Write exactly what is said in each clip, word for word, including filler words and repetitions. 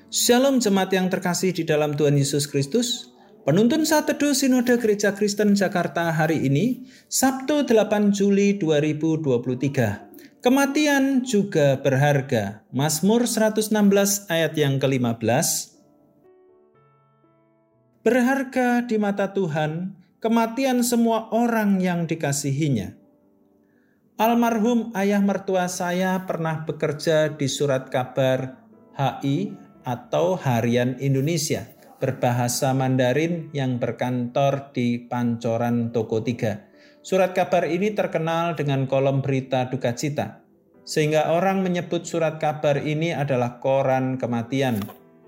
Shalom jemaat yang terkasih di dalam Tuhan Yesus Kristus. Penuntun Saat Teduh Sinode Gereja Kristen Jakarta hari ini, Sabtu delapan Juli dua ribu dua puluh tiga. Kematian juga berharga. Mazmur seratus enam belas ayat yang kelima belas. Berharga di mata Tuhan kematian semua orang yang dikasihinya. Almarhum ayah mertua saya pernah bekerja di Surat Kabar H I atau Harian Indonesia berbahasa Mandarin yang berkantor di Pancoran Toko tiga. Surat kabar ini terkenal dengan kolom berita duka cita, sehingga orang menyebut surat kabar ini adalah koran kematian.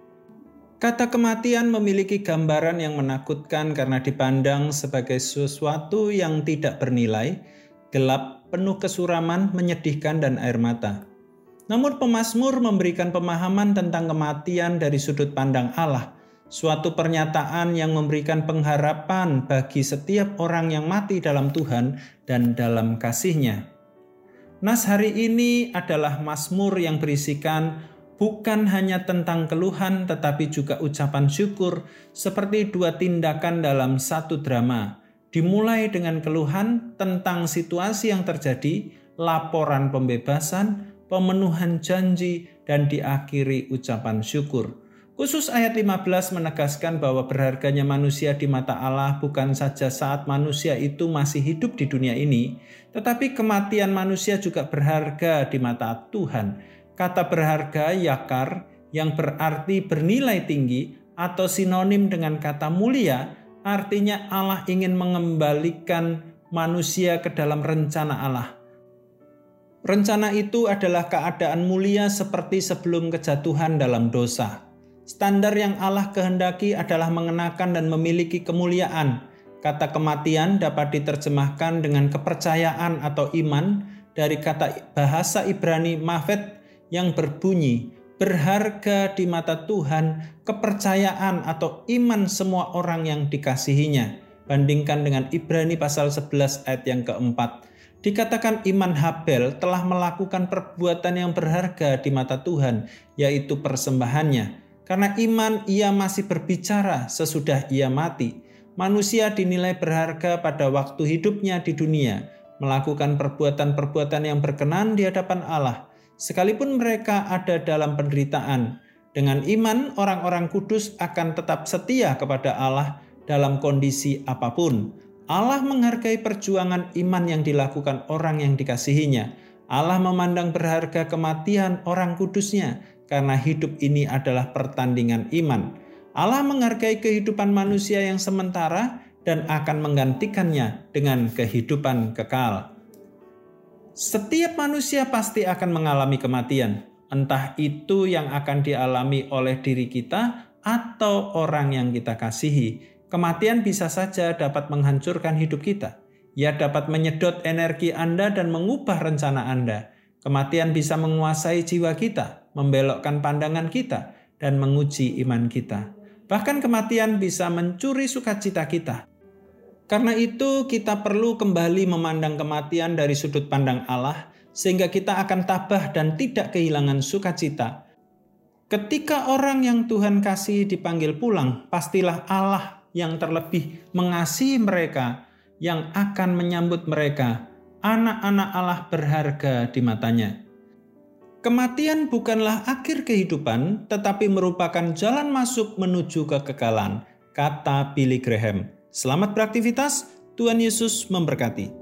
Kata kematian memiliki gambaran yang menakutkan karena dipandang sebagai sesuatu yang tidak bernilai, gelap, penuh kesuraman, menyedihkan, dan air mata. Namun pemazmur memberikan pemahaman tentang kematian dari sudut pandang Allah, suatu pernyataan yang memberikan pengharapan bagi setiap orang yang mati dalam Tuhan dan dalam kasih-Nya. Nas hari ini adalah mazmur yang berisikan bukan hanya tentang keluhan tetapi juga ucapan syukur seperti dua tindakan dalam satu drama. Dimulai dengan keluhan tentang situasi yang terjadi, laporan pembebasan, pemenuhan janji, dan diakhiri ucapan syukur. Khusus ayat lima belas menegaskan bahwa berharganya manusia di mata Allah bukan saja saat manusia itu masih hidup di dunia ini, tetapi kematian manusia juga berharga di mata Tuhan. Kata berharga yakar yang berarti bernilai tinggi atau sinonim dengan kata mulia, artinya Allah ingin mengembalikan manusia ke dalam rencana Allah. Rencana itu adalah keadaan mulia seperti sebelum kejatuhan dalam dosa. Standar yang Allah kehendaki adalah mengenakan dan memiliki kemuliaan. Kata kematian dapat diterjemahkan dengan kepercayaan atau iman dari kata bahasa Ibrani mafet yang berbunyi berharga di mata Tuhan, kepercayaan atau iman semua orang yang dikasihinya. Bandingkan dengan Ibrani pasal sebelas ayat yang keempat. Dikatakan iman Habel telah melakukan perbuatan yang berharga di mata Tuhan, yaitu persembahannya. Karena iman ia masih berbicara sesudah ia mati. Manusia dinilai berharga pada waktu hidupnya di dunia, melakukan perbuatan-perbuatan yang berkenan di hadapan Allah, sekalipun mereka ada dalam penderitaan. Dengan iman, orang-orang kudus akan tetap setia kepada Allah dalam kondisi apapun. Allah menghargai perjuangan iman yang dilakukan orang yang dikasihinya. Allah memandang berharga kematian orang kudusnya karena hidup ini adalah pertandingan iman. Allah menghargai kehidupan manusia yang sementara dan akan menggantikannya dengan kehidupan kekal. Setiap manusia pasti akan mengalami kematian, entah itu yang akan dialami oleh diri kita atau orang yang kita kasihi. Kematian bisa saja dapat menghancurkan hidup kita. Ia dapat menyedot energi Anda dan mengubah rencana Anda. Kematian bisa menguasai jiwa kita, membelokkan pandangan kita, dan menguji iman kita. Bahkan kematian bisa mencuri sukacita kita. Karena itu kita perlu kembali memandang kematian dari sudut pandang Allah, sehingga kita akan tabah dan tidak kehilangan sukacita. Ketika orang yang Tuhan kasih dipanggil pulang, pastilah Allah yang terlebih mengasihi mereka, yang akan menyambut mereka, anak-anak Allah berharga di matanya. Kematian bukanlah akhir kehidupan, tetapi merupakan jalan masuk menuju kekekalan, kata Billy Graham. Selamat beraktivitas, Tuhan Yesus memberkati.